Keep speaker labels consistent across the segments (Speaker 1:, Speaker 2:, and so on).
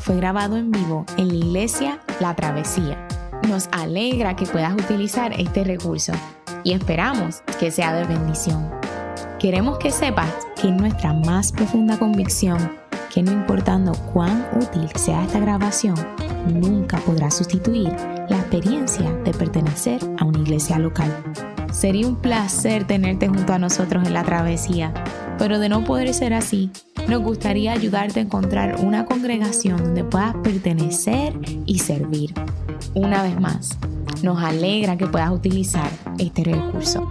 Speaker 1: fue grabado en vivo en la iglesia La Travesía. Nos alegra que puedas utilizar este recurso y esperamos que sea de bendición. Queremos que sepas que es nuestra más profunda convicción que no importando cuán útil sea esta grabación, nunca podrá sustituir la experiencia de pertenecer a una iglesia local. Sería un placer tenerte junto a nosotros en La Travesía, pero de no poder ser así, nos gustaría ayudarte a encontrar una congregación donde puedas pertenecer y servir. Una vez más, nos alegra que puedas utilizar este recurso.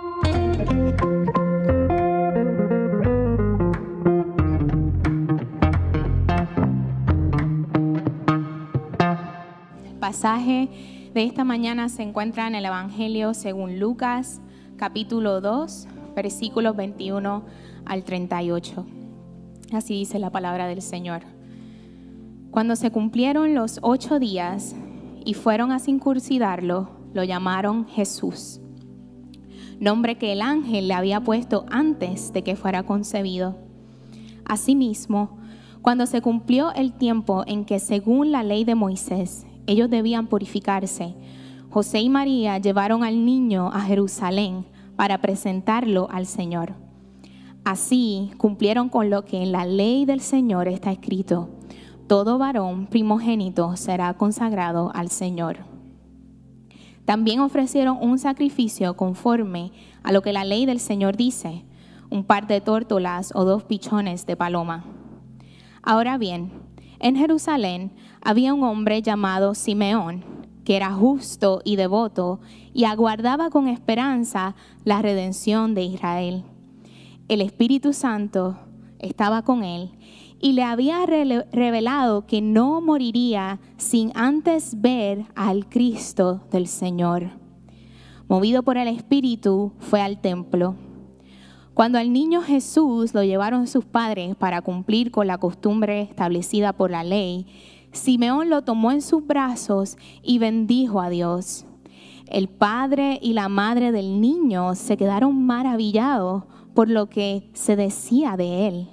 Speaker 2: El pasaje de esta mañana se encuentra en el Evangelio según Lucas, capítulo 2, versículos 21 al 38. Así dice la palabra del Señor. Cuando se cumplieron los 8 días y fueron a circuncidarlo, lo llamaron Jesús, nombre que el ángel le había puesto antes de que fuera concebido. Asimismo, cuando se cumplió el tiempo en que, según la ley de Moisés, ellos debían purificarse, José y María llevaron al niño a Jerusalén para presentarlo al Señor. Así cumplieron con lo que en la ley del Señor está escrito: todo varón primogénito será consagrado al Señor. También ofrecieron un sacrificio conforme a lo que la ley del Señor dice: un par de tórtolas o 2 pichones de paloma. Ahora bien, en Jerusalén había un hombre llamado Simeón, que era justo y devoto y aguardaba con esperanza la redención de Israel. El Espíritu Santo estaba con él y le había revelado que no moriría sin antes ver al Cristo del Señor. Movido por el Espíritu, fue al templo. Cuando al niño Jesús lo llevaron sus padres para cumplir con la costumbre establecida por la ley, Simeón lo tomó en sus brazos y bendijo a Dios. El padre y la madre del niño se quedaron maravillados por lo que se decía de él.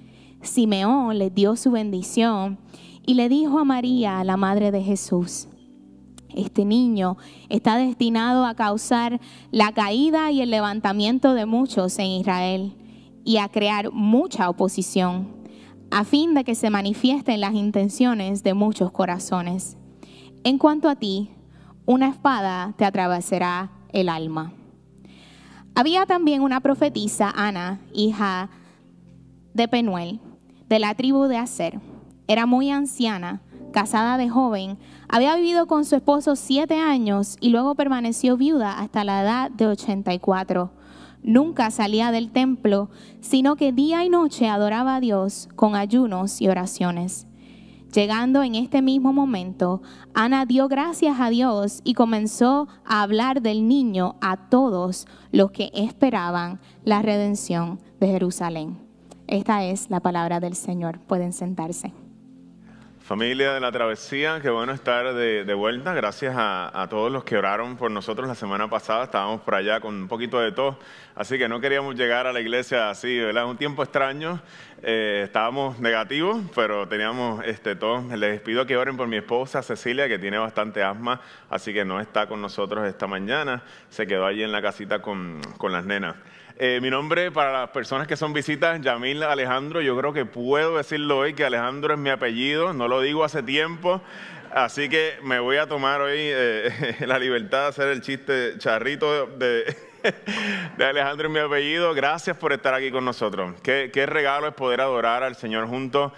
Speaker 2: Simeón le dio su bendición y le dijo a María, la madre de Jesús: este niño está destinado a causar la caída y el levantamiento de muchos en Israel y a crear mucha oposición, a fin de que se manifiesten las intenciones de muchos corazones. En cuanto a ti, una espada te atravesará el alma. Había también una profetisa, Ana, hija de Penuel, de la tribu de Aser. Era muy anciana, casada de joven, había vivido con su esposo 7 años y luego permaneció viuda hasta la edad de 84. Nunca salía del templo, sino que día y noche adoraba a Dios con ayunos y oraciones. Llegando en este mismo momento, Ana dio gracias a Dios y comenzó a hablar del niño a todos los que esperaban la redención de Jerusalén. Esta es la palabra del Señor. Pueden sentarse.
Speaker 3: Familia de La Travesía, qué bueno estar de vuelta. Gracias a todos los que oraron por nosotros la semana pasada. Estábamos por allá con un poquito de tos, así que no queríamos llegar a la iglesia así, ¿verdad? Un tiempo extraño. Estábamos negativos, pero teníamos tos. Les pido que oren por mi esposa Cecilia, que tiene bastante asma, así que no está con nosotros esta mañana. Se quedó allí en la casita con las nenas. Mi nombre, para las personas que son visitas, Yamil Alejandro. Yo creo que puedo decirlo hoy, que Alejandro es mi apellido, no lo digo hace tiempo, así que me voy a tomar hoy la libertad de hacer el chiste charrito de Alejandro es mi apellido. Gracias por estar aquí con nosotros. Qué regalo es poder adorar al Señor juntos.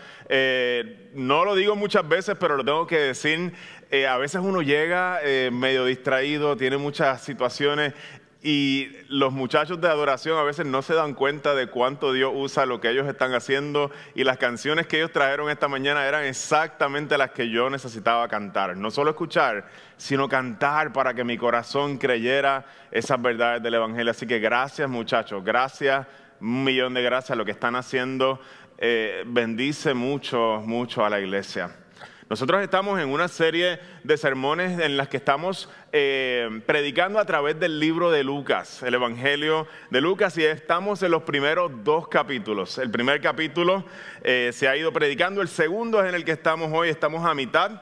Speaker 3: No lo digo muchas veces, pero lo tengo que decir. A veces uno llega medio distraído, tiene muchas situaciones, y los muchachos de adoración a veces no se dan cuenta de cuánto Dios usa lo que ellos están haciendo, y las canciones que ellos trajeron esta mañana eran exactamente las que yo necesitaba cantar. No solo escuchar, sino cantar para que mi corazón creyera esas verdades del Evangelio. Así que gracias, muchachos, gracias, 1.000.000 de gracias. Lo que están haciendo bendice mucho, mucho a la iglesia. Nosotros estamos en una serie de sermones en las que estamos predicando a través del libro de Lucas, el Evangelio de Lucas, y estamos en los primeros 2 capítulos. El primer capítulo se ha ido predicando, el segundo es en el que estamos hoy, estamos a mitad.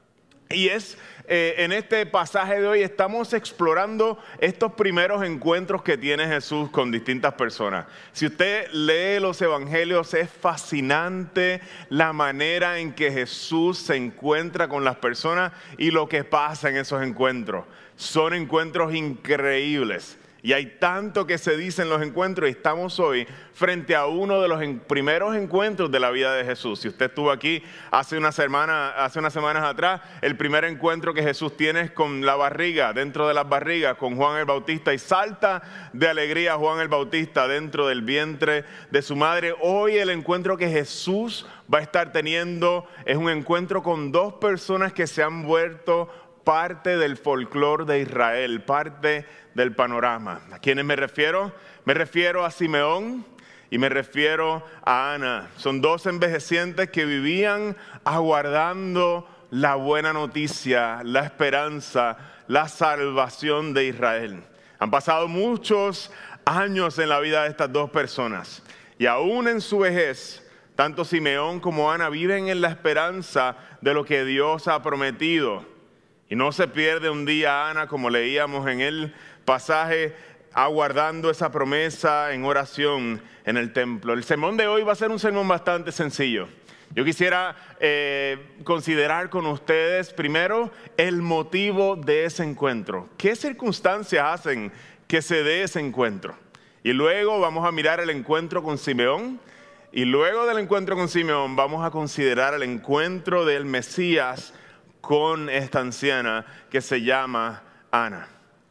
Speaker 3: Y en este pasaje de hoy estamos explorando estos primeros encuentros que tiene Jesús con distintas personas. Si usted lee los evangelios, es fascinante la manera en que Jesús se encuentra con las personas y lo que pasa en esos encuentros. Son encuentros increíbles. Y hay tanto que se dice en los encuentros y estamos hoy frente a uno de los primeros encuentros de la vida de Jesús. Si usted estuvo aquí hace unas semanas atrás, el primer encuentro que Jesús tiene es con la barriga, dentro de las barrigas, con Juan el Bautista, y salta de alegría Juan el Bautista dentro del vientre de su madre. Hoy el encuentro que Jesús va a estar teniendo es un encuentro con 2 personas que se han vuelto parte del folclore de Israel, parte del panorama. ¿A quiénes me refiero? Me refiero a Simeón y me refiero a Ana. Son 2 envejecientes que vivían aguardando la buena noticia, la esperanza, la salvación de Israel. Han pasado muchos años en la vida de estas 2 personas y aún en su vejez, tanto Simeón como Ana viven en la esperanza de lo que Dios ha prometido. Y no se pierde un día Ana, como leíamos en el pasaje, aguardando esa promesa en oración en el templo. El sermón de hoy va a ser un sermón bastante sencillo. Yo quisiera considerar con ustedes primero el motivo de ese encuentro. ¿Qué circunstancias hacen que se dé ese encuentro? Y luego vamos a mirar el encuentro con Simeón. Y luego del encuentro con Simeón vamos a considerar el encuentro del Mesías con esta anciana que se llama Ana.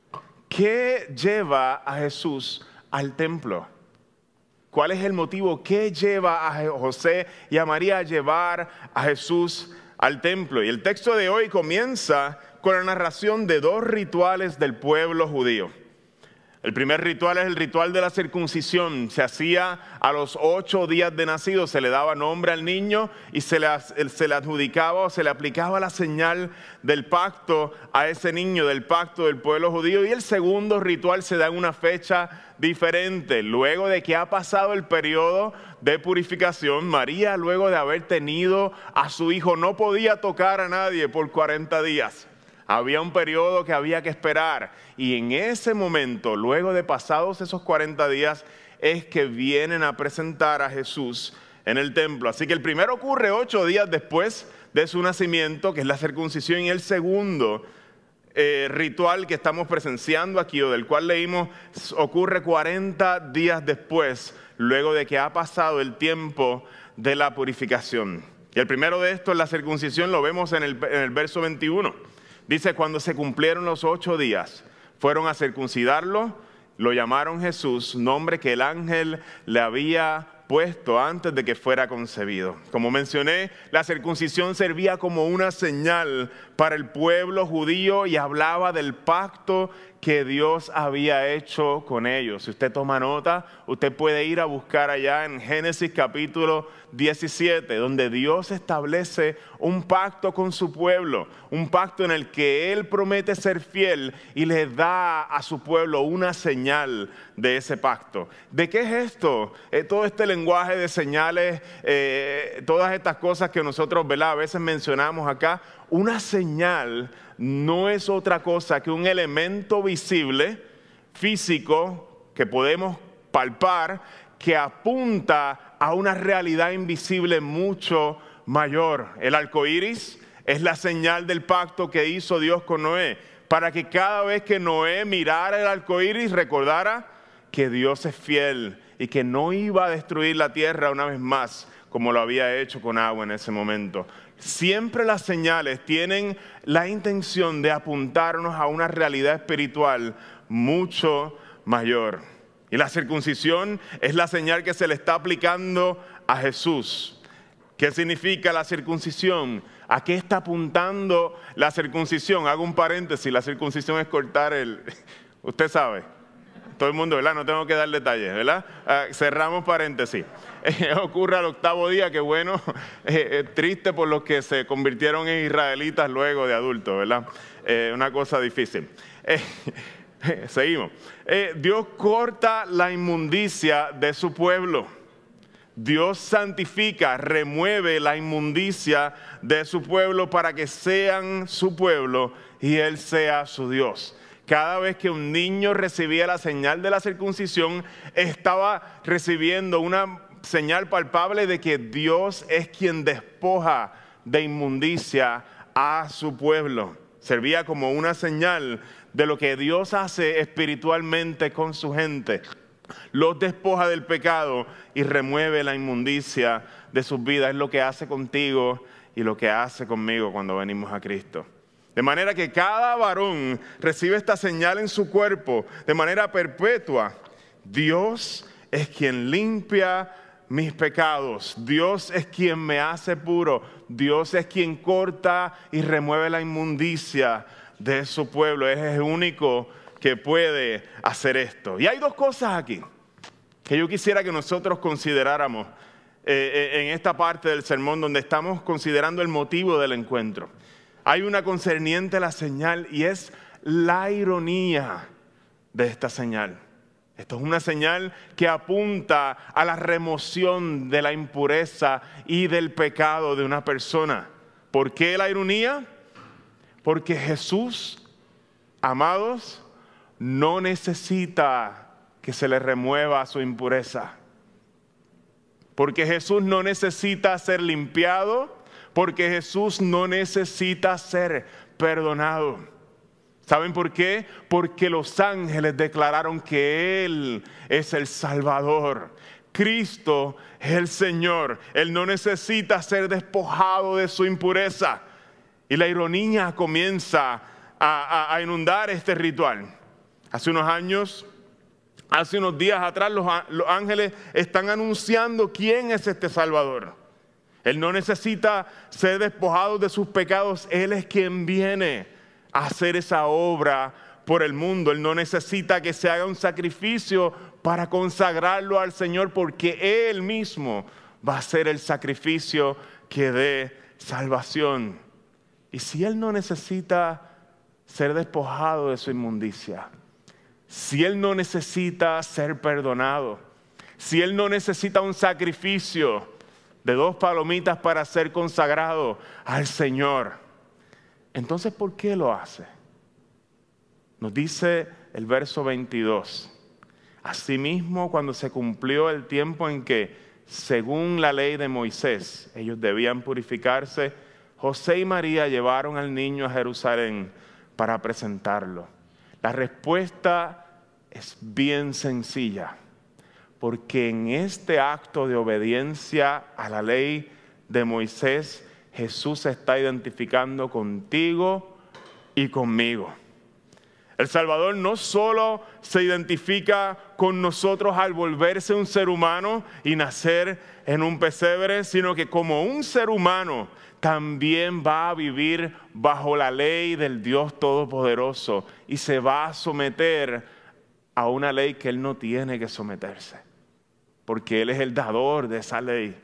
Speaker 3: ¿Qué lleva a Jesús al templo? ¿Cuál es el motivo? ¿Qué lleva a José y a María a llevar a Jesús al templo? Y el texto de hoy comienza con la narración de 2 rituales del pueblo judío. El primer ritual es el ritual de la circuncisión. Se hacía a los 8 días de nacido, se le daba nombre al niño y se le adjudicaba o se le aplicaba la señal del pacto a ese niño, del pacto del pueblo judío. Y el segundo ritual se da en una fecha diferente. Luego de que ha pasado el periodo de purificación, María, luego de haber tenido a su hijo, no podía tocar a nadie por 40 días. Había un periodo que había que esperar y en ese momento, luego de pasados esos 40 días, es que vienen a presentar a Jesús en el templo. Así que el primero ocurre 8 días después de su nacimiento, que es la circuncisión, y el segundo ritual que estamos presenciando aquí o del cual leímos ocurre 40 días después, luego de que ha pasado el tiempo de la purificación. Y el primero de estos, la circuncisión, lo vemos en el verso 21. Dice, cuando se cumplieron los 8 días, fueron a circuncidarlo, lo llamaron Jesús, nombre que el ángel le había puesto antes de que fuera concebido. Como mencioné, la circuncisión servía como una señal para el pueblo judío y hablaba del pacto que Dios había hecho con ellos. Si usted toma nota, usted puede ir a buscar allá en Génesis capítulo 17, donde Dios establece un pacto con su pueblo, un pacto en el que Él promete ser fiel y le da a su pueblo una señal de ese pacto. ¿De qué es esto? Todo este lenguaje de señales, todas estas cosas que nosotros, ¿verdad?, a veces mencionamos acá. Una señal no es otra cosa que un elemento visible, físico, que podemos palpar, que apunta a una realidad invisible mucho mayor. El arco iris es la señal del pacto que hizo Dios con Noé, para que cada vez que Noé mirara el arco iris recordara que Dios es fiel y que no iba a destruir la tierra una vez más, como lo había hecho con agua en ese momento. Siempre las señales tienen la intención de apuntarnos a una realidad espiritual mucho mayor. Y la circuncisión es la señal que se le está aplicando a Jesús. ¿Qué significa la circuncisión? ¿A qué está apuntando la circuncisión? Hago un paréntesis, la circuncisión es cortar el... Usted sabe. Todo el mundo, ¿verdad? No tengo que dar detalles, ¿verdad? Cerramos paréntesis. Ocurre al 8º día, que bueno, triste por los que se convirtieron en israelitas luego de adultos, ¿verdad? Una cosa difícil. Seguimos. Dios corta la inmundicia de su pueblo. Dios santifica, remueve la inmundicia de su pueblo para que sean su pueblo y Él sea su Dios. Cada vez que un niño recibía la señal de la circuncisión, estaba recibiendo una señal palpable de que Dios es quien despoja de inmundicia a su pueblo. Servía como una señal de lo que Dios hace espiritualmente con su gente. Los despoja del pecado y remueve la inmundicia de sus vidas. Es lo que hace contigo y lo que hace conmigo cuando venimos a Cristo. De manera que cada varón recibe esta señal en su cuerpo de manera perpetua. Dios es quien limpia mis pecados. Dios es quien me hace puro. Dios es quien corta y remueve la inmundicia de su pueblo. Es el único que puede hacer esto. Y hay dos cosas aquí que yo quisiera que nosotros consideráramos en esta parte del sermón donde estamos considerando el motivo del encuentro. Hay una concerniente a la señal y es la ironía de esta señal. Esto es una señal que apunta a la remoción de la impureza y del pecado de una persona. ¿Por qué la ironía? Porque Jesús, amados, no necesita que se le remueva su impureza. Porque Jesús no necesita ser limpiado, porque Jesús no necesita ser perdonado. ¿Saben por qué? Porque los ángeles declararon que Él es el Salvador. Cristo es el Señor. Él no necesita ser despojado de su impureza. Y la ironía comienza a inundar este ritual. Hace unos días atrás, los ángeles están anunciando quién es este Salvador. Él no necesita ser despojado de sus pecados. Él es quien viene a hacer esa obra por el mundo. Él no necesita que se haga un sacrificio para consagrarlo al Señor, porque Él mismo va a ser el sacrificio que dé salvación. Y si Él no necesita ser despojado de su inmundicia, si Él no necesita ser perdonado, si Él no necesita un sacrificio de 2 palomitas para ser consagrado al Señor, entonces ¿por qué lo hace? Nos dice el verso 22. Asimismo, cuando se cumplió el tiempo en que, según la ley de Moisés, ellos debían purificarse, José y María llevaron al niño a Jerusalén para presentarlo. La respuesta es bien sencilla, porque en este acto de obediencia a la ley de Moisés, Jesús se está identificando contigo y conmigo. El Salvador no solo se identifica con nosotros al volverse un ser humano y nacer en un pesebre, sino que como un ser humano también va a vivir bajo la ley del Dios Todopoderoso y se va a someter a una ley que Él no tiene que someterse, porque Él es el dador de esa ley.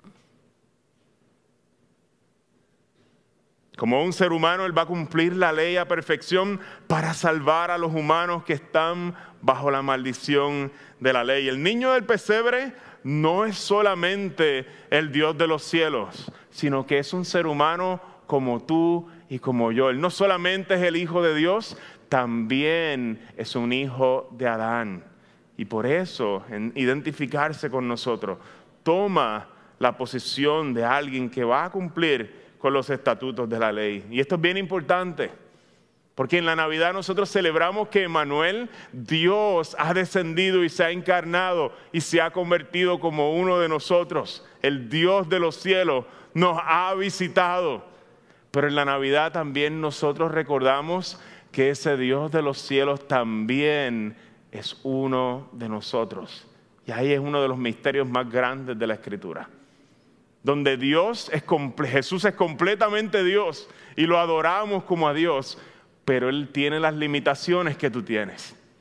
Speaker 3: Como un ser humano, Él va a cumplir la ley a perfección para salvar a los humanos que están bajo la maldición de la ley. El niño del pesebre no es solamente el Dios de los cielos, sino que es un ser humano como tú y como yo. Él no solamente es el Hijo de Dios, también es un hijo de Adán. Y por eso, en identificarse con nosotros, toma la posición de alguien que va a cumplir con los estatutos de la ley. Y esto es bien importante, porque en la Navidad nosotros celebramos que Emmanuel, Dios, ha descendido y se ha encarnado y se ha convertido como uno de nosotros. El Dios de los cielos nos ha visitado. Pero en la Navidad también nosotros recordamos que ese Dios de los cielos también es uno de nosotros. Y ahí es uno de los misterios más grandes de la Escritura, donde Jesús es completamente Dios y lo adoramos como a Dios, pero Él tiene las limitaciones que tú tienes.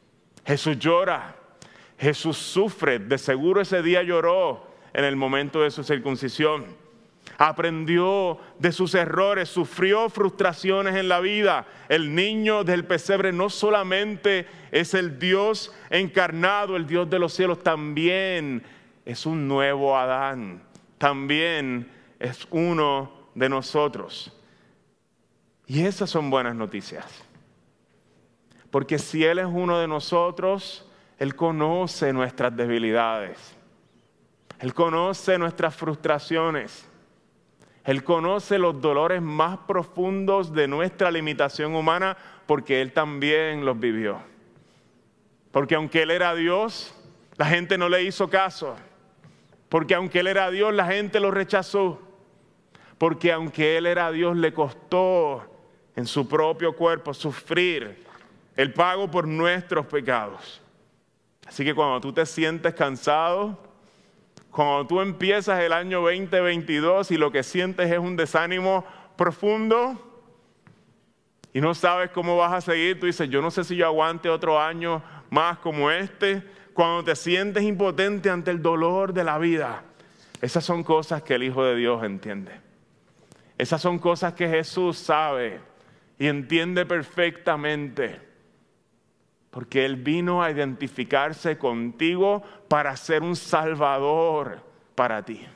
Speaker 3: Jesús llora, Jesús sufre, de seguro ese día lloró en el momento de su circuncisión. Aprendió de sus errores, sufrió frustraciones en la vida. El niño del pesebre no solamente es el Dios encarnado, el Dios de los cielos, también es un nuevo Adán, también es uno de nosotros. Y esas son buenas noticias. Porque si Él es uno de nosotros, Él conoce nuestras debilidades. Él conoce nuestras frustraciones. Él conoce los dolores más profundos de nuestra limitación humana porque Él también los vivió. Porque aunque Él era Dios, la gente no le hizo caso. Porque aunque Él era Dios, la gente lo rechazó. Porque aunque Él era Dios, le costó en su propio cuerpo sufrir el pago por nuestros pecados. Así que cuando tú te sientes cansado, cuando tú empiezas el año 2022 y lo que sientes es un desánimo profundo y no sabes cómo vas a seguir, tú dices, yo no sé si yo aguante otro año más como este. Cuando te sientes impotente ante el dolor de la vida, esas son cosas que el Hijo de Dios entiende. Esas son cosas que Jesús sabe y entiende perfectamente. Porque Él vino a identificarse contigo para ser un salvador para ti.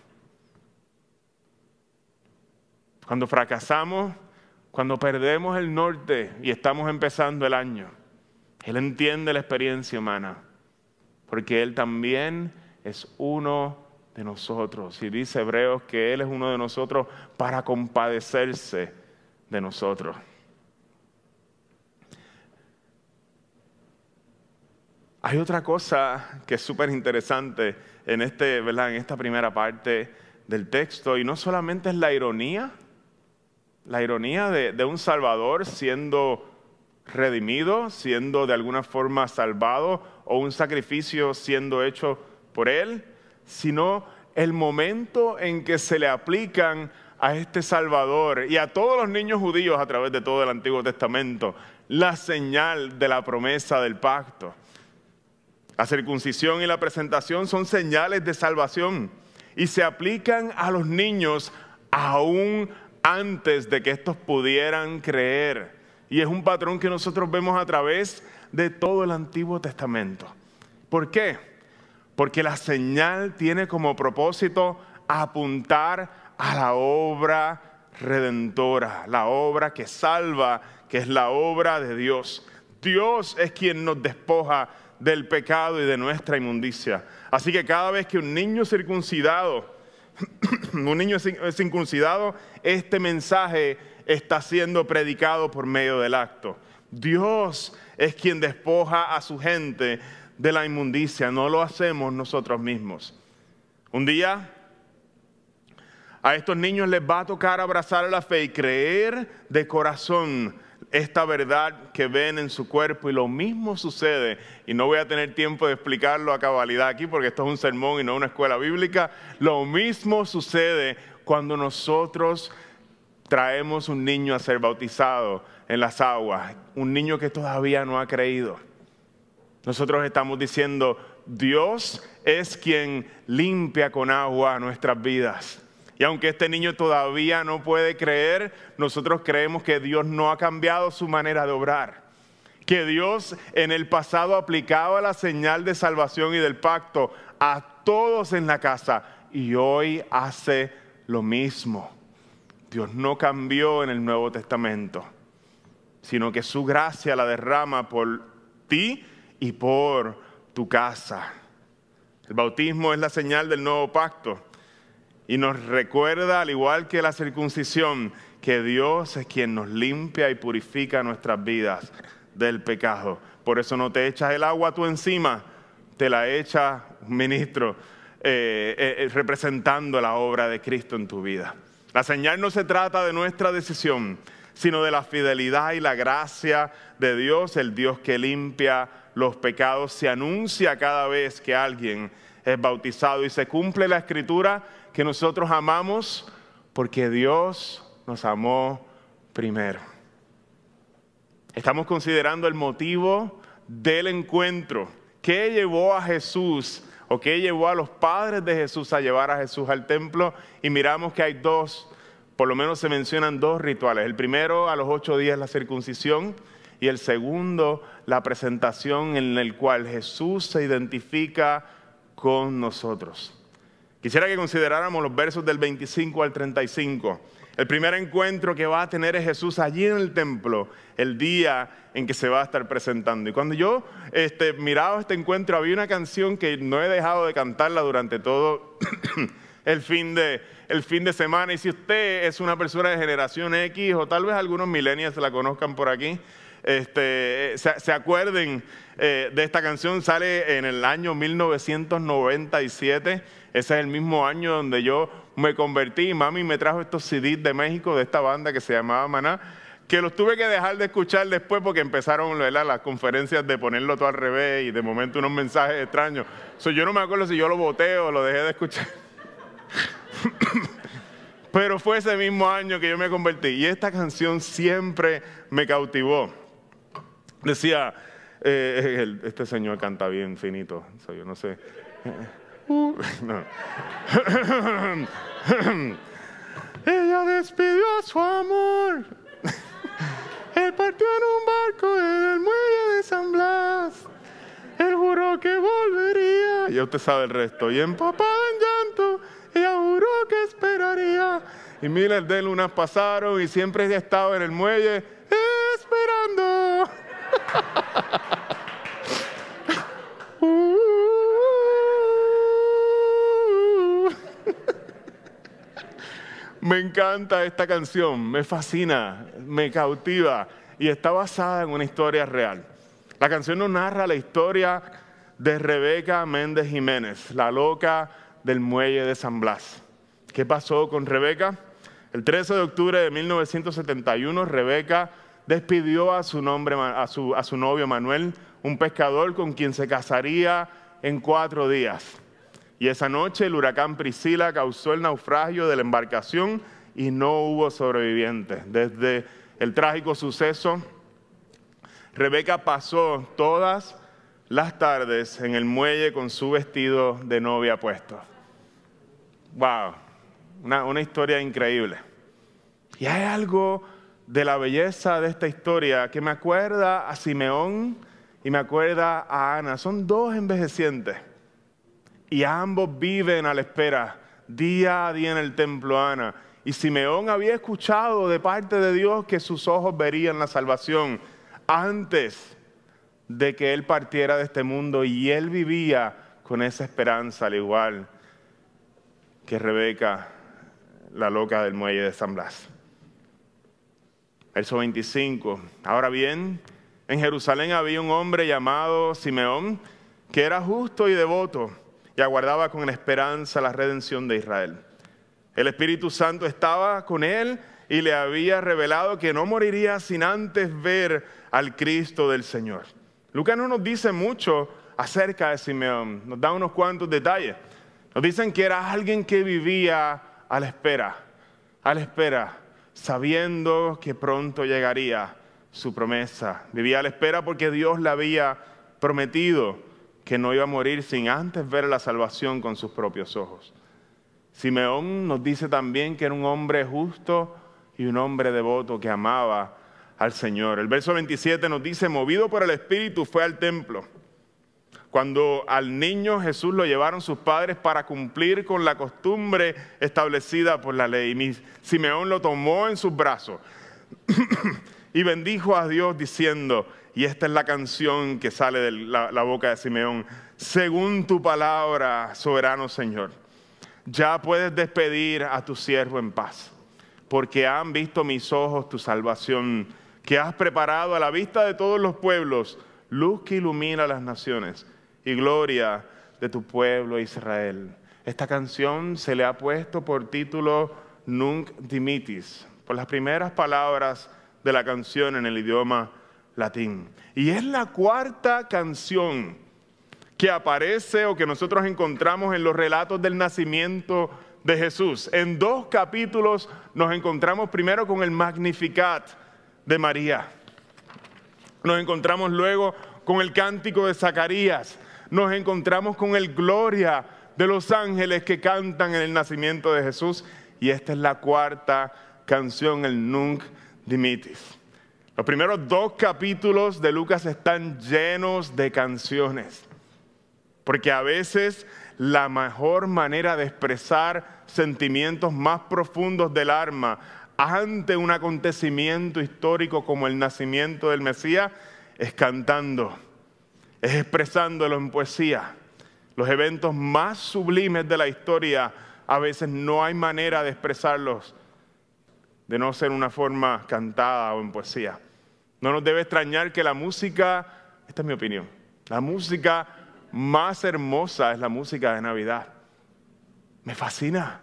Speaker 3: Cuando fracasamos, cuando perdemos el norte y estamos empezando el año, Él entiende la experiencia humana. Porque Él también es uno de nosotros. Y dice Hebreos que Él es uno de nosotros para compadecerse de nosotros. Hay otra cosa que es súper interesante en esta primera parte del texto, y no solamente es la ironía de un Salvador siendo redimido, siendo de alguna forma salvado, o un sacrificio siendo hecho por Él, sino el momento en que se le aplican a este Salvador y a todos los niños judíos a través de todo el Antiguo Testamento la señal de la promesa del pacto. La circuncisión y la presentación son señales de salvación y se aplican a los niños aún antes de que estos pudieran creer. Y es un patrón que nosotros vemos a través de todo el Antiguo Testamento. ¿Por qué? Porque la señal tiene como propósito apuntar a la obra redentora, la obra que salva, que es la obra de Dios. Dios es quien nos despoja del pecado y de nuestra inmundicia. Así que cada vez que un niño es circuncidado, este mensaje está siendo predicado por medio del acto. Dios es quien despoja a su gente de la inmundicia, no lo hacemos nosotros mismos. Un día a estos niños les va a tocar abrazar la fe y creer de corazón esta verdad que ven en su cuerpo, y lo mismo sucede, y no voy a tener tiempo de explicarlo a cabalidad aquí porque esto es un sermón y no una escuela bíblica. Lo mismo sucede cuando nosotros traemos un niño a ser bautizado en las aguas, un niño que todavía no ha creído. Nosotros estamos diciendo, Dios es quien limpia con agua nuestras vidas. Y aunque este niño todavía no puede creer, nosotros creemos que Dios no ha cambiado su manera de obrar. Que Dios en el pasado aplicaba la señal de salvación y del pacto a todos en la casa y hoy hace lo mismo. Dios no cambió en el Nuevo Testamento, sino que su gracia la derrama por ti y por tu casa. El bautismo es la señal del nuevo pacto. Y nos recuerda, al igual que la circuncisión, que Dios es quien nos limpia y purifica nuestras vidas del pecado. Por eso no te echas el agua tú encima, te la echa un ministro representando la obra de Cristo en tu vida. La señal no se trata de nuestra decisión, sino de la fidelidad y la gracia de Dios, el Dios que limpia los pecados. Se anuncia cada vez que alguien es bautizado y se cumple la Escritura que nosotros amamos porque Dios nos amó primero. Estamos considerando el motivo del encuentro. ¿Qué llevó a Jesús o qué llevó a los padres de Jesús a llevar a Jesús al templo? Y miramos que hay dos, por lo menos se mencionan dos rituales. El primero, a los 8 días, la circuncisión, y el segundo, la presentación, en el cual Jesús se identifica con nosotros. Quisiera que consideráramos los versos del 25 al 35. El primer encuentro que va a tener es Jesús allí en el templo, el día en que se va a estar presentando. Y cuando yo miraba este encuentro, había una canción que no he dejado de cantarla durante todo el fin de semana. Y si usted es una persona de generación X, o tal vez algunos millennials la conozcan por aquí, se acuerden de esta canción. Sale en el año 1997. Ese es el mismo año donde yo me convertí. Mami me trajo estos CDs de México, de esta banda que se llamaba Maná, que los tuve que dejar de escuchar después porque empezaron, ¿verdad?, las conferencias de ponerlo todo al revés y de momento unos mensajes extraños. Yo no me acuerdo si yo lo boté o lo dejé de escuchar. Pero fue ese mismo año que yo me convertí. Y esta canción siempre me cautivó. Decía, este señor canta bien finito, yo no sé. No. Ella despidió a su amor. Él partió en un barco en el muelle de San Blas. Él juró que volvería. Ya usted sabe el resto. Y empapada en llanto, ella juró que esperaría. Y miles de lunas pasaron y siempre he estado en el muelle esperando. Me encanta esta canción, me fascina, me cautiva y está basada en una historia real. La canción nos narra la historia de Rebeca Méndez Jiménez, la loca del muelle de San Blas. ¿Qué pasó con Rebeca? El 13 de octubre de 1971, Rebeca despidió a su novio Manuel, un pescador con quien se casaría en 4 días. Y esa noche el huracán Priscila causó el naufragio de la embarcación y no hubo sobrevivientes. Desde el trágico suceso, Rebeca pasó todas las tardes en el muelle con su vestido de novia puesto. ¡Wow! Una historia increíble. Y hay algo de la belleza de esta historia que me acuerda a Simeón y me acuerda a Ana. Son dos envejecientes. Y ambos viven a la espera, día a día en el templo, Ana. Y Simeón había escuchado de parte de Dios que sus ojos verían la salvación antes de que él partiera de este mundo. Y él vivía con esa esperanza, al igual que Rebeca, la loca del muelle de San Blas. Verso 25. Ahora bien, en Jerusalén había un hombre llamado Simeón, que era justo y devoto, y aguardaba con esperanza la redención de Israel. El Espíritu Santo estaba con él y le había revelado que no moriría sin antes ver al Cristo del Señor. Lucas no nos dice mucho acerca de Simeón, nos da unos cuantos detalles. Nos dicen que era alguien que vivía a la espera, sabiendo que pronto llegaría su promesa. Vivía a la espera porque Dios le había prometido que no iba a morir sin antes ver la salvación con sus propios ojos. Simeón nos dice también que era un hombre justo y un hombre devoto que amaba al Señor. El verso 27 nos dice, movido por el Espíritu fue al templo. Cuando al niño Jesús lo llevaron sus padres para cumplir con la costumbre establecida por la ley. Simeón lo tomó en sus brazos y bendijo a Dios diciendo, y esta es la canción que sale de la boca de Simeón, según tu palabra, soberano Señor, ya puedes despedir a tu siervo en paz, porque han visto mis ojos tu salvación, que has preparado a la vista de todos los pueblos, luz que ilumina las naciones y gloria de tu pueblo Israel. Esta canción se le ha puesto por título Nunc Dimittis, por las primeras palabras de la canción en el idioma latín. Y es la cuarta canción que aparece o que nosotros encontramos en los relatos del nacimiento de Jesús. En 2 capítulos nos encontramos primero con el Magnificat de María. Nos encontramos luego con el cántico de Zacarías. Nos encontramos con el gloria de los ángeles que cantan en el nacimiento de Jesús. Y esta es la cuarta canción, el Nunc Dimittis. Los primeros 2 capítulos de Lucas están llenos de canciones. Porque a veces la mejor manera de expresar sentimientos más profundos del alma ante un acontecimiento histórico como el nacimiento del Mesías es cantando, es expresándolo en poesía. Los eventos más sublimes de la historia a veces no hay manera de expresarlos de no ser una forma cantada o en poesía. No nos debe extrañar que la música, esta es mi opinión, la música más hermosa es la música de Navidad. Me fascina.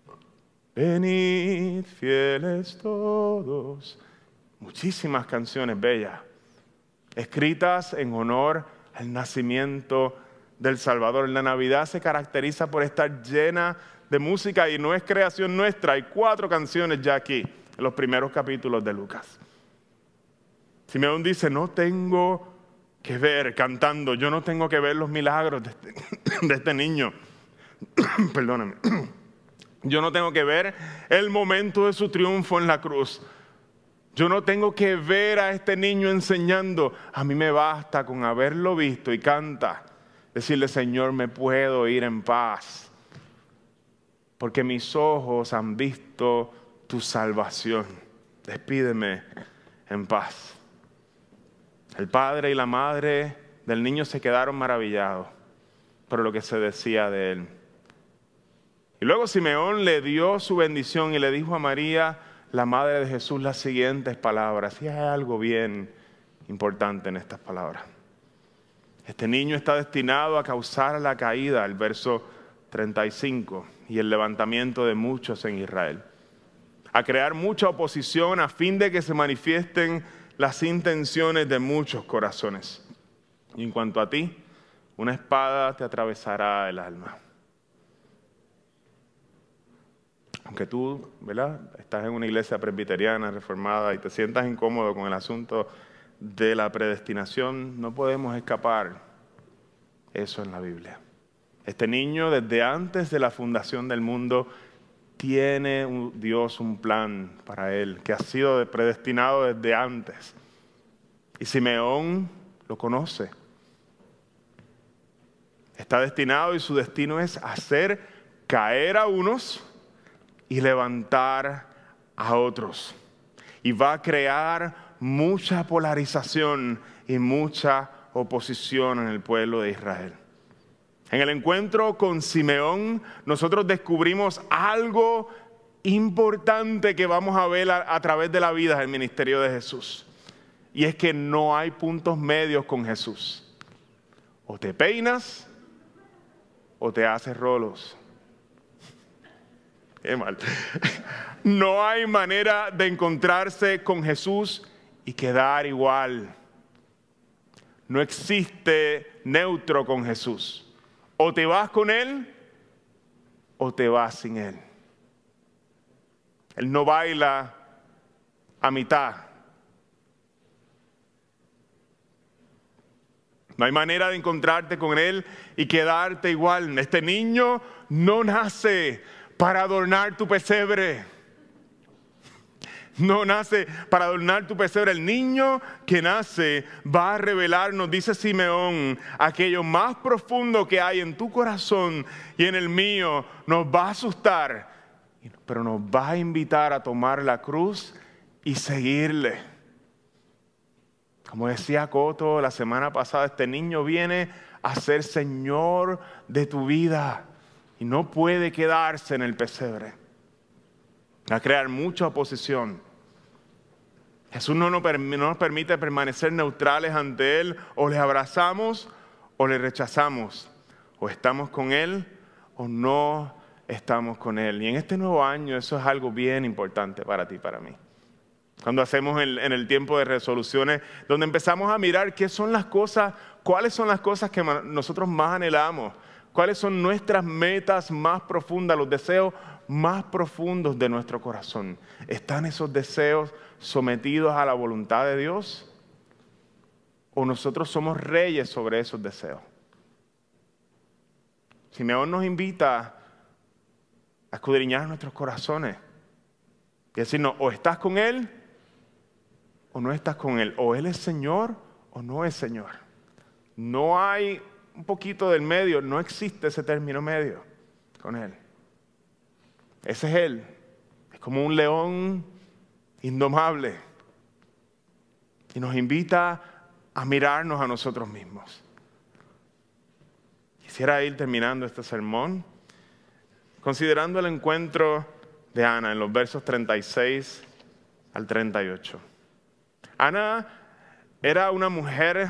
Speaker 3: Venid fieles todos. Muchísimas canciones bellas, escritas en honor al nacimiento del Salvador. La Navidad se caracteriza por estar llena de música y no es creación nuestra. Hay 4 canciones ya aquí, en los primeros capítulos de Lucas. Simeón dice, no tengo que ver, cantando, yo no tengo que ver los milagros de este niño. Perdóname. Yo no tengo que ver el momento de su triunfo en la cruz. Yo no tengo que ver a este niño enseñando. A mí me basta con haberlo visto y canta. Decirle, Señor, me puedo ir en paz. Porque mis ojos han visto tu salvación. Despídeme en paz. El padre y la madre del niño se quedaron maravillados por lo que se decía de él. Y luego Simeón le dio su bendición y le dijo a María, la madre de Jesús, las siguientes palabras. Y hay algo bien importante en estas palabras. Este niño está destinado a causar la caída, el verso 35, y el levantamiento de muchos en Israel. A crear mucha oposición a fin de que se manifiesten las intenciones de muchos corazones. Y en cuanto a ti, una espada te atravesará el alma. Aunque tú, ¿verdad?, estás en una iglesia presbiteriana, reformada, y te sientas incómodo con el asunto de la predestinación, no podemos escapar eso en la Biblia. Este niño, desde antes de la fundación del mundo, tiene Dios un plan para él, que ha sido predestinado desde antes. Y Simeón lo conoce. Está destinado y su destino es hacer caer a unos y levantar a otros. Y va a crear mucha polarización y mucha oposición en el pueblo de Israel. En el encuentro con Simeón, nosotros descubrimos algo importante que vamos a ver a través de la vida del ministerio de Jesús. Y es que no hay puntos medios con Jesús. O te peinas o te haces rolos. Qué mal. No hay manera de encontrarse con Jesús y quedar igual. No existe neutro con Jesús. O te vas con Él o te vas sin Él. Él no baila a mitad. No hay manera de encontrarte con Él y quedarte igual. Este niño no nace para adornar tu pesebre. No nace para adornar tu pesebre. El niño que nace va a revelarnos, dice Simeón, aquello más profundo que hay en tu corazón y en el mío. Nos va a asustar, pero nos va a invitar a tomar la cruz y seguirle. Como decía Coto la semana pasada, este niño viene a ser Señor de tu vida y no puede quedarse en el pesebre. Va a crear mucha oposición. Jesús no nos permite permanecer neutrales ante Él. O le abrazamos o le rechazamos. O estamos con Él o no estamos con Él. Y en este nuevo año eso es algo bien importante para ti y para mí. Cuando hacemos en el tiempo de resoluciones, donde empezamos a mirar qué son las cosas, cuáles son las cosas que nosotros más anhelamos, cuáles son nuestras metas más profundas, los deseos más profundos de nuestro corazón. ¿Están esos deseos sometidos a la voluntad de Dios? o nosotros somos reyes sobre esos deseos. Simeón nos invita a escudriñar nuestros corazones y decirnos, o estás con Él o no estás con Él. O Él es Señor o no es Señor. No hay un poquito del medio, no existe ese término medio con Él. Ese es Él. Es como un león indomable. Y nos invita a mirarnos a nosotros mismos. Quisiera ir terminando este sermón considerando el encuentro de Ana en los versos 36 al 38. Ana era una mujer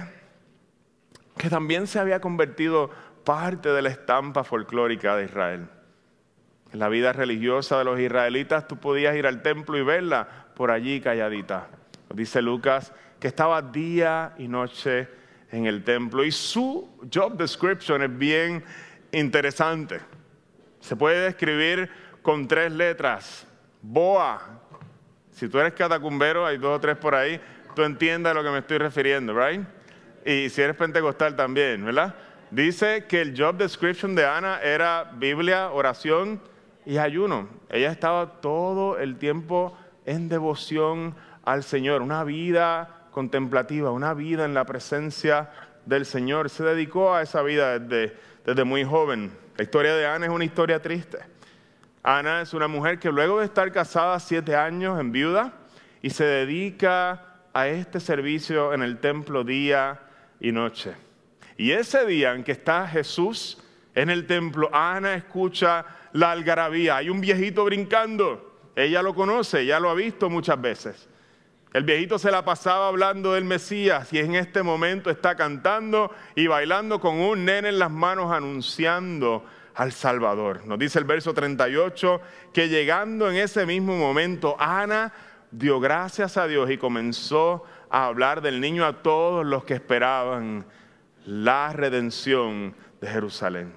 Speaker 3: que también se había convertido parte de la estampa folclórica de Israel. En la vida religiosa de los israelitas tú podías ir al templo y verla por allí calladita. Dice Lucas que estaba día y noche en el templo y su job description es bien interesante. Se puede describir con 3 letras. Boa. Si tú eres catacumbero, hay 2 o 3 por ahí, tú entiendes a lo que me estoy refiriendo, ¿right? Y si eres pentecostal también, ¿verdad? Dice que el job description de Ana era Biblia, oración y ayuno. Ella estaba todo el tiempo en devoción al Señor, una vida contemplativa, una vida en la presencia del Señor. Se dedicó a esa vida desde muy joven. La historia de Ana es una historia triste. Ana es una mujer que luego de estar casada 7 años en viuda y se dedica a este servicio en el templo día y noche. Y ese día en que está Jesús en el templo, Ana escucha la algarabía. Hay un viejito brincando. Ella lo conoce, ya lo ha visto muchas veces. El viejito se la pasaba hablando del Mesías y en este momento está cantando y bailando con un nene en las manos anunciando al Salvador. Nos dice el verso 38 que llegando en ese mismo momento, Ana dio gracias a Dios y comenzó a hablar del niño a todos los que esperaban la redención de Jerusalén.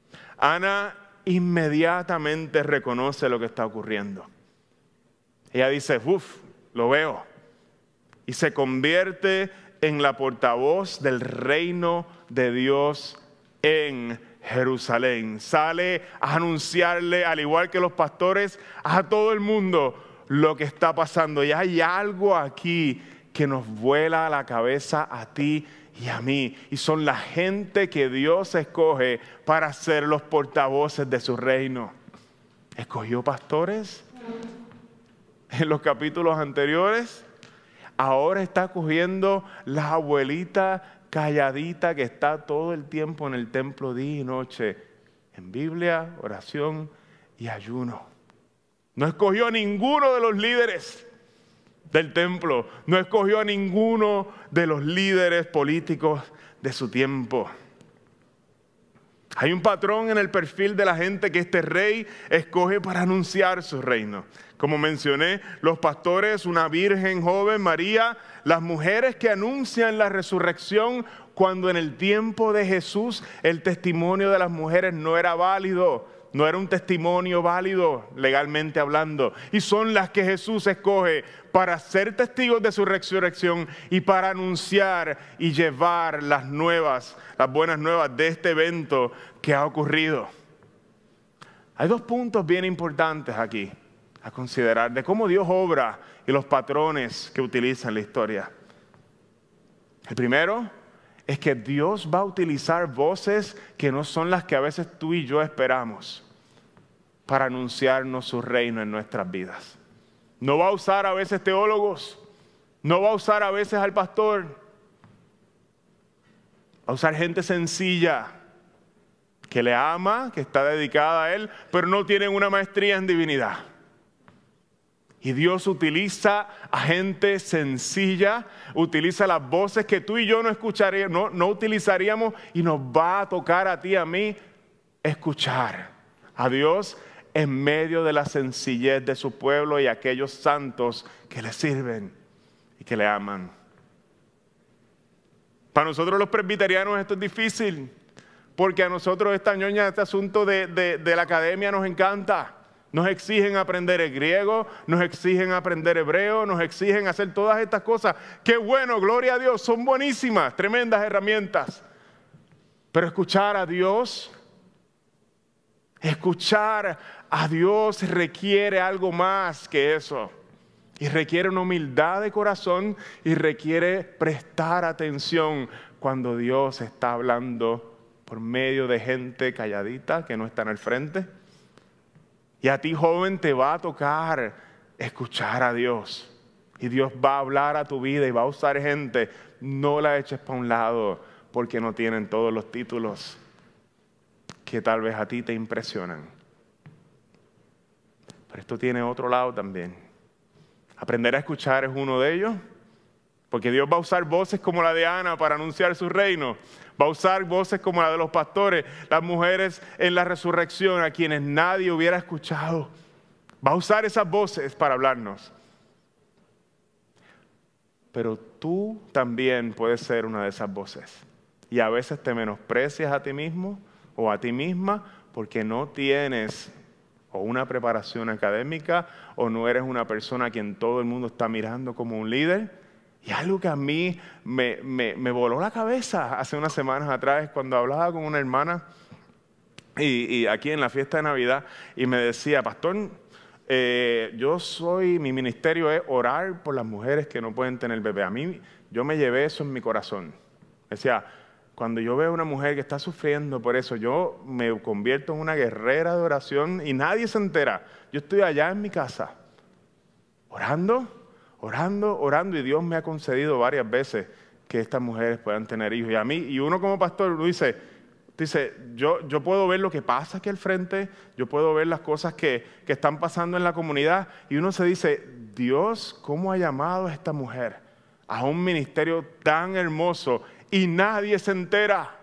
Speaker 3: Ana inmediatamente reconoce lo que está ocurriendo. Ella dice, lo veo. Y se convierte en la portavoz del reino de Dios en Jerusalén. Sale a anunciarle, al igual que los pastores, a todo el mundo lo que está pasando. Y hay algo aquí que nos vuela a la cabeza a ti y a mí. Y son la gente que Dios escoge para ser los portavoces de su reino. ¿Escogió pastores en los capítulos anteriores? Ahora está cogiendo la abuelita calladita que está todo el tiempo en el templo día y noche, en Biblia, oración y ayuno. No escogió a ninguno de los líderes del templo, no escogió a ninguno de los líderes políticos de su tiempo. Hay un patrón en el perfil de la gente que este rey escoge para anunciar su reino. Como mencioné, los pastores, una virgen joven, María, las mujeres que anuncian la resurrección cuando en el tiempo de Jesús el testimonio de las mujeres no era válido, no era un testimonio válido legalmente hablando. Y son las que Jesús escoge para ser testigos de su resurrección y para anunciar y llevar las buenas nuevas de este evento que ha ocurrido. Hay 2 puntos bien importantes aquí a considerar de cómo Dios obra y los patrones que utiliza en la historia. El primero es que Dios va a utilizar voces que no son las que a veces tú y yo esperamos para anunciarnos su reino en nuestras vidas. No va a usar a veces teólogos, no va a usar a veces al pastor, va a usar gente sencilla que le ama, que está dedicada a Él, pero no tienen una maestría en divinidad. Y Dios utiliza a gente sencilla, utiliza las voces que tú y yo no utilizaríamos y nos va a tocar a ti y a mí escuchar a Dios en medio de la sencillez de su pueblo y aquellos santos que le sirven y que le aman. Para nosotros los presbiterianos esto es difícil, porque a nosotros esta ñoña, este asunto de la academia nos encanta. Nos exigen aprender el griego, nos exigen aprender hebreo, nos exigen hacer todas estas cosas. ¡Qué bueno! Gloria a Dios, son buenísimas, tremendas herramientas. Pero escuchar a Dios requiere algo más que eso. Y requiere una humildad de corazón y requiere prestar atención cuando Dios está hablando por medio de gente calladita que no está en el frente. Y a ti, joven, te va a tocar escuchar a Dios. Y Dios va a hablar a tu vida y va a usar gente. No la eches para un lado porque no tienen todos los títulos que tal vez a ti te impresionan. Pero esto tiene otro lado también. Aprender a escuchar es uno de ellos, porque Dios va a usar voces como la de Ana para anunciar su reino. Va a usar voces como la de los pastores, las mujeres en la resurrección, a quienes nadie hubiera escuchado. Va a usar esas voces para hablarnos. Pero tú también puedes ser una de esas voces. Y a veces te menosprecias a ti mismo o a ti misma porque no tienes o una preparación académica, o no eres una persona a quien todo el mundo está mirando como un líder. Y algo que a mí me voló la cabeza hace unas semanas atrás, cuando hablaba con una hermana y aquí en la fiesta de Navidad, y me decía, pastor, mi ministerio es orar por las mujeres que no pueden tener bebé. A mí, yo me llevé eso en mi corazón. Decía, cuando yo veo a una mujer que está sufriendo por eso, yo me convierto en una guerrera de oración y nadie se entera. Yo estoy allá en mi casa, orando, y Dios me ha concedido varias veces que estas mujeres puedan tener hijos. Y uno como pastor dice, yo puedo ver lo que pasa aquí al frente, yo puedo ver las cosas que están pasando en la comunidad, y uno se dice, Dios, ¿cómo ha llamado a esta mujer a un ministerio tan hermoso? Y nadie se entera.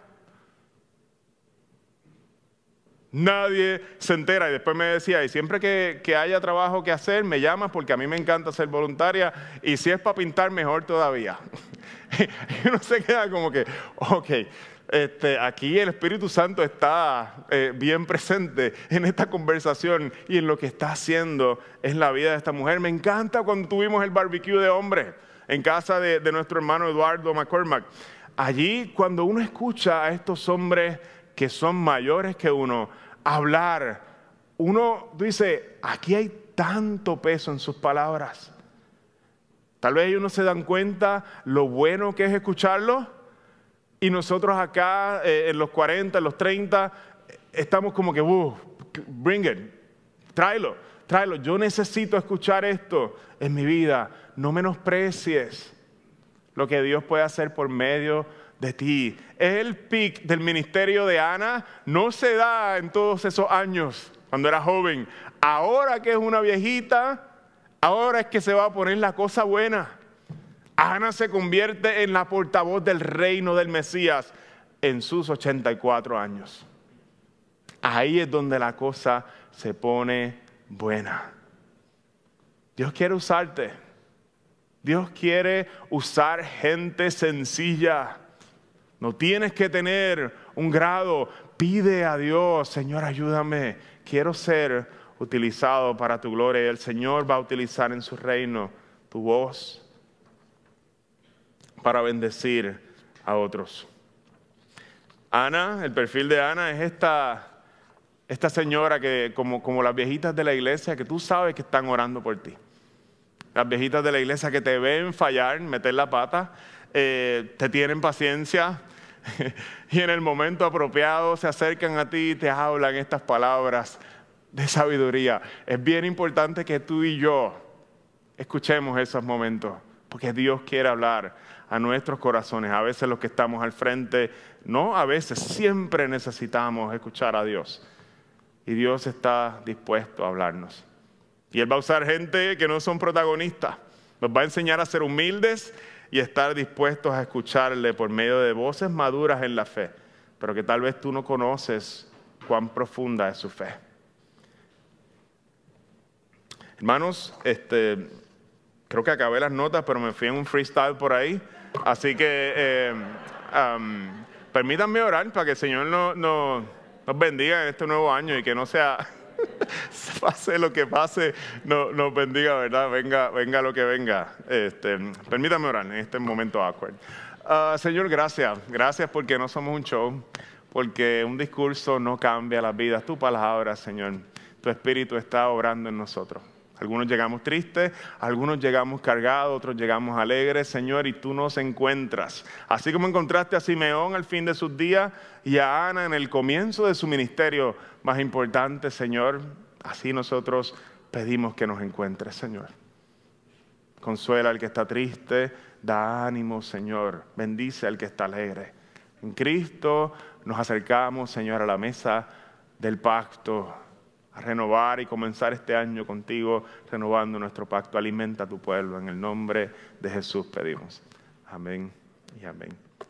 Speaker 3: Nadie se entera. Y después me decía, y siempre que haya trabajo que hacer, me llamas porque a mí me encanta ser voluntaria. Y si es para pintar, mejor todavía. Y uno se queda como que, ok, aquí el Espíritu Santo está bien presente en esta conversación y en lo que está haciendo en la vida de esta mujer. Me encanta cuando tuvimos el barbecue de hombres en casa de nuestro hermano Eduardo McCormack. Allí, cuando uno escucha a estos hombres que son mayores que uno hablar, uno dice, aquí hay tanto peso en sus palabras. Tal vez ellos no se dan cuenta lo bueno que es escucharlo, y nosotros acá en los 40, en los 30, estamos como que, bring it, tráelo. Yo necesito escuchar esto en mi vida. No menosprecies lo que Dios puede hacer por medio de ti. El pic del ministerio de Ana no se da en todos esos años, cuando era joven. Ahora que es una viejita, ahora es que se va a poner la cosa buena. Ana se convierte en la portavoz del reino del Mesías en sus 84 años. Ahí es donde la cosa se pone buena. Dios quiere usarte. Dios quiere usar gente sencilla. No tienes que tener un grado. Pide a Dios, Señor, ayúdame. Quiero ser utilizado para tu gloria. Y el Señor va a utilizar en su reino tu voz para bendecir a otros. Ana, el perfil de Ana es esta señora que, como las viejitas de la iglesia, que tú sabes que están orando por ti. Las viejitas de la iglesia que te ven fallar, meter la pata, te tienen paciencia y en el momento apropiado se acercan a ti y te hablan estas palabras de sabiduría. Es bien importante que tú y yo escuchemos esos momentos, porque Dios quiere hablar a nuestros corazones. A veces los que estamos al frente, no, a veces siempre necesitamos escuchar a Dios. Y Dios está dispuesto a hablarnos. Y Él va a usar gente que no son protagonistas. Nos va a enseñar a ser humildes y a estar dispuestos a escucharle por medio de voces maduras en la fe, pero que tal vez tú no conoces cuán profunda es su fe. Hermanos, creo que acabé las notas, pero me fui en un freestyle por ahí. Así que permítanme orar para que el Señor nos bendiga en este nuevo año y que no sea Pase lo que pase, nos bendiga, ¿verdad? Venga lo que venga. Permítame orar en este momento awkward. Señor, gracias porque no somos un show, porque un discurso no cambia las vidas. Tu palabra, Señor, tu Espíritu está obrando en nosotros. Algunos llegamos tristes, algunos llegamos cargados, otros llegamos alegres, Señor, y tú nos encuentras. Así como encontraste a Simeón al fin de sus días y a Ana en el comienzo de su ministerio más importante, Señor, así nosotros pedimos que nos encuentres, Señor. Consuela al que está triste, da ánimo, Señor. Bendice al que está alegre. En Cristo nos acercamos, Señor, a la mesa del pacto, a renovar y comenzar este año contigo, renovando nuestro pacto. Alimenta a tu pueblo. En el nombre de Jesús pedimos. Amén y amén.